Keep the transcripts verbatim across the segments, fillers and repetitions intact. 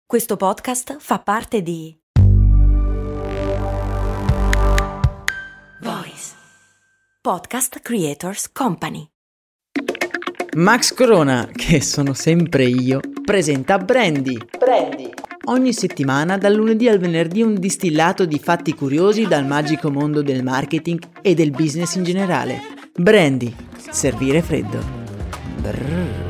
Questo podcast fa parte di Voice Podcast Creators Company. Max Corona, che sono sempre io, presenta Brandy. Brandy. Ogni settimana, dal lunedì al venerdì, un distillato di fatti curiosi dal magico mondo del marketing e del business in generale. Brandy. Servire freddo. Brrr.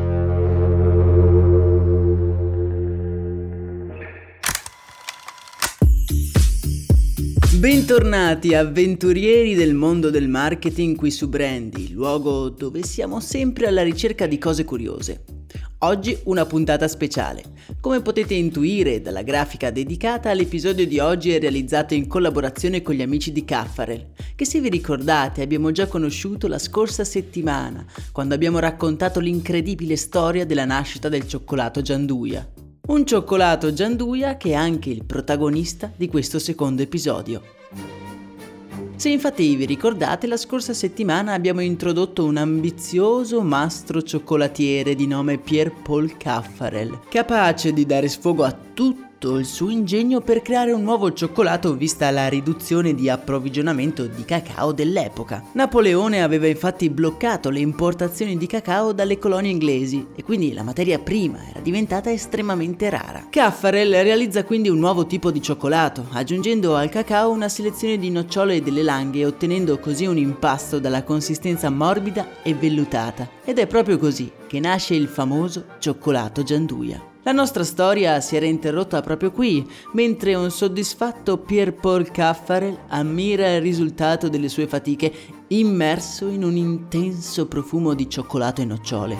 Bentornati avventurieri del mondo del marketing qui su Brandy, luogo dove siamo sempre alla ricerca di cose curiose. Oggi una puntata speciale. Come potete intuire dalla grafica dedicata, l'episodio di oggi è realizzato in collaborazione con gli amici di Caffarel, che se vi ricordate abbiamo già conosciuto la scorsa settimana, quando abbiamo raccontato l'incredibile storia della nascita del cioccolato Gianduia. Un cioccolato Gianduia che è anche il protagonista di questo secondo episodio. Se infatti vi ricordate, la scorsa settimana abbiamo introdotto un ambizioso mastro cioccolatiere di nome Pierre-Paul Caffarel, capace di dare sfogo a tutto il suo ingegno per creare un nuovo cioccolato vista la riduzione di approvvigionamento di cacao dell'epoca. Napoleone aveva infatti bloccato le importazioni di cacao dalle colonie inglesi e quindi la materia prima era diventata estremamente rara. Caffarel realizza quindi un nuovo tipo di cioccolato, aggiungendo al cacao una selezione di nocciole e delle langhe, ottenendo così un impasto dalla consistenza morbida e vellutata. Ed è proprio così che nasce il famoso cioccolato Gianduia. La nostra storia si era interrotta proprio qui, mentre un soddisfatto Pierre-Paul Caffarel ammira il risultato delle sue fatiche, immerso in un intenso profumo di cioccolato e nocciole.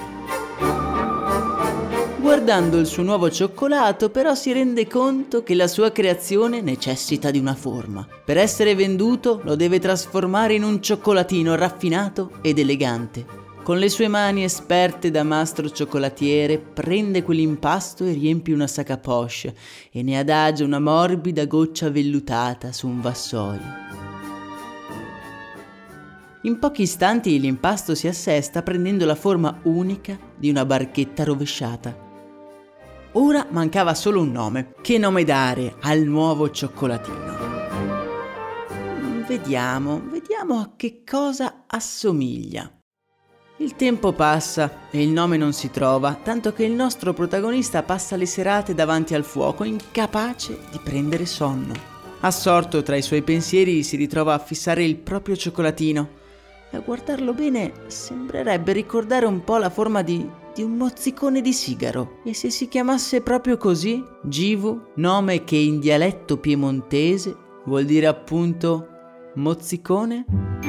Guardando il suo nuovo cioccolato, però, si rende conto che la sua creazione necessita di una forma. Per essere venduto lo deve trasformare in un cioccolatino raffinato ed elegante. Con le sue mani esperte da mastro cioccolatiere prende quell'impasto e riempie una sac à poche e ne adagia una morbida goccia vellutata su un vassoio. In pochi istanti l'impasto si assesta prendendo la forma unica di una barchetta rovesciata. Ora mancava solo un nome. Che nome dare al nuovo cioccolatino? Vediamo, vediamo a che cosa assomiglia. Il tempo passa e il nome non si trova, tanto che il nostro protagonista passa le serate davanti al fuoco, incapace di prendere sonno. Assorto tra i suoi pensieri, si ritrova a fissare il proprio cioccolatino e a guardarlo bene sembrerebbe ricordare un po' la forma di, di un mozzicone di sigaro. E se si chiamasse proprio così? Givu, nome che in dialetto piemontese vuol dire appunto mozzicone?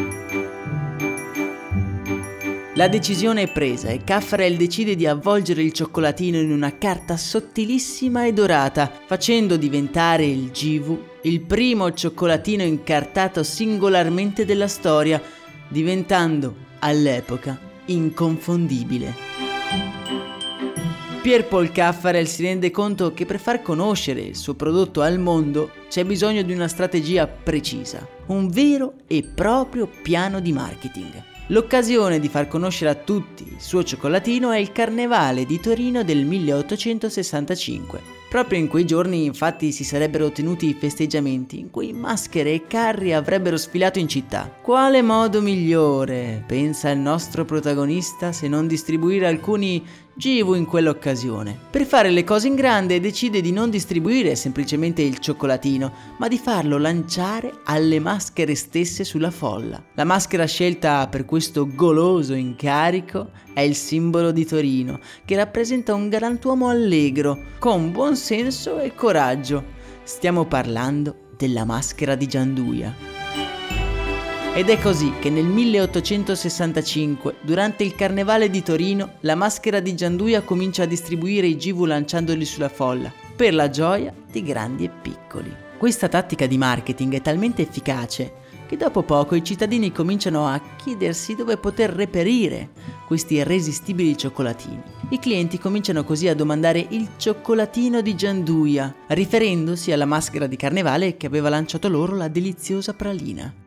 La decisione è presa e Caffarel decide di avvolgere il cioccolatino in una carta sottilissima e dorata, facendo diventare il Givu il primo cioccolatino incartato singolarmente della storia, diventando all'epoca inconfondibile. Pierre-Paul Caffarel si rende conto che per far conoscere il suo prodotto al mondo c'è bisogno di una strategia precisa, un vero e proprio piano di marketing. L'occasione di far conoscere a tutti il suo cioccolatino è il Carnevale di Torino del milleottocentosessantacinque. Proprio in quei giorni infatti si sarebbero tenuti i festeggiamenti in cui maschere e carri avrebbero sfilato in città. Quale modo migliore, pensa il nostro protagonista, se non distribuire alcuni Givu in quell'occasione. Per fare le cose in grande decide di non distribuire semplicemente il cioccolatino, ma di farlo lanciare alle maschere stesse sulla folla. La maschera scelta per questo goloso incarico è il simbolo di Torino, che rappresenta un galantuomo allegro, con buon senso e coraggio. Stiamo parlando della maschera di Gianduia. Ed è così che nel milleottocentosessantacinque, durante il Carnevale di Torino, la maschera di Gianduia comincia a distribuire i Givu lanciandoli sulla folla, per la gioia di grandi e piccoli. Questa tattica di marketing è talmente efficace che dopo poco i cittadini cominciano a chiedersi dove poter reperire questi irresistibili cioccolatini. I clienti cominciano così a domandare il cioccolatino di Gianduia, riferendosi alla maschera di Carnevale che aveva lanciato loro la deliziosa pralina.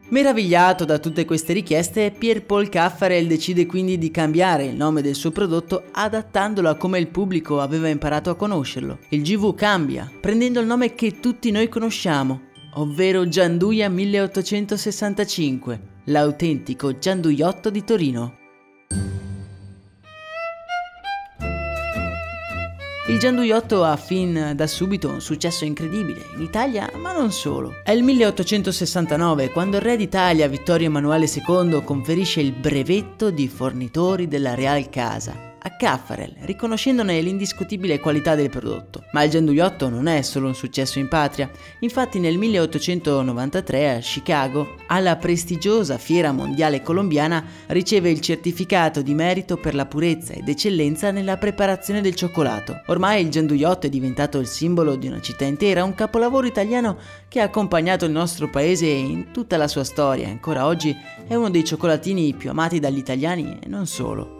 Meravigliato da tutte queste richieste, Pierre-Paul Caffarel decide quindi di cambiare il nome del suo prodotto adattandolo a come il pubblico aveva imparato a conoscerlo. Il G V cambia, prendendo il nome che tutti noi conosciamo, ovvero Gianduia milleottocentosessantacinque, l'autentico gianduiotto di Torino. Il gianduiotto ha fin da subito un successo incredibile in Italia, ma non solo. È il milleottocentosessantanove quando il re d'Italia Vittorio Emanuele secondo conferisce il brevetto di fornitori della Real Casa a Caffarel, riconoscendone l'indiscutibile qualità del prodotto. Ma il gianduiotto non è solo un successo in patria. Infatti nel milleottocentonovantatré a Chicago, alla prestigiosa Fiera Mondiale Colombiana, riceve il certificato di merito per la purezza ed eccellenza nella preparazione del cioccolato. Ormai il gianduiotto è diventato il simbolo di una città intera, un capolavoro italiano che ha accompagnato il nostro paese in tutta la sua storia e ancora oggi è uno dei cioccolatini più amati dagli italiani e non solo.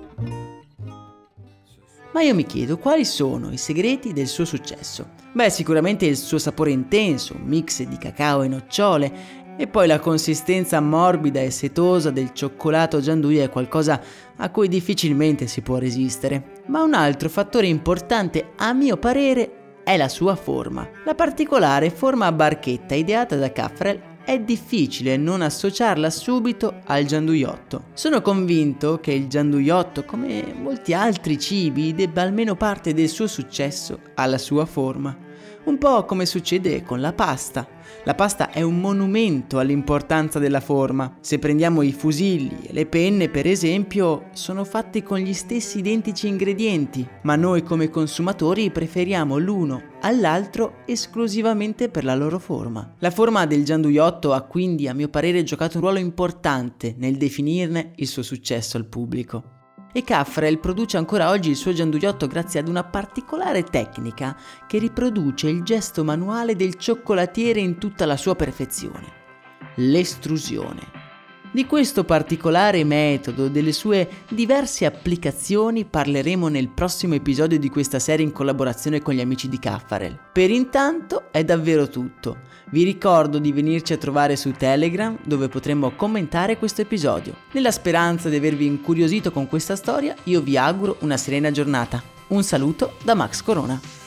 Ma io mi chiedo quali sono i segreti del suo successo. Beh, sicuramente il suo sapore intenso, un mix di cacao e nocciole, e poi la consistenza morbida e setosa del cioccolato Gianduia è qualcosa a cui difficilmente si può resistere. Ma un altro fattore importante, a mio parere, è la sua forma. La particolare forma a barchetta ideata da Caffarel è difficile non associarla subito al gianduiotto. Sono convinto che il gianduiotto, come molti altri cibi, debba almeno parte del suo successo alla sua forma. Un po' come succede con la pasta. La pasta è un monumento all'importanza della forma. Se prendiamo i fusilli e le penne, per esempio, sono fatti con gli stessi identici ingredienti, ma noi come consumatori preferiamo l'uno all'altro esclusivamente per la loro forma. La forma del gianduiotto ha quindi, a mio parere, giocato un ruolo importante nel definirne il suo successo al pubblico. E Caffarel produce ancora oggi il suo gianduiotto grazie ad una particolare tecnica che riproduce il gesto manuale del cioccolatiere in tutta la sua perfezione: l'estrusione. Di questo particolare metodo e delle sue diverse applicazioni parleremo nel prossimo episodio di questa serie in collaborazione con gli amici di Caffarel. Per intanto è davvero tutto. Vi ricordo di venirci a trovare su Telegram, dove potremo commentare questo episodio. Nella speranza di avervi incuriosito con questa storia, io vi auguro una serena giornata. Un saluto da Max Corona.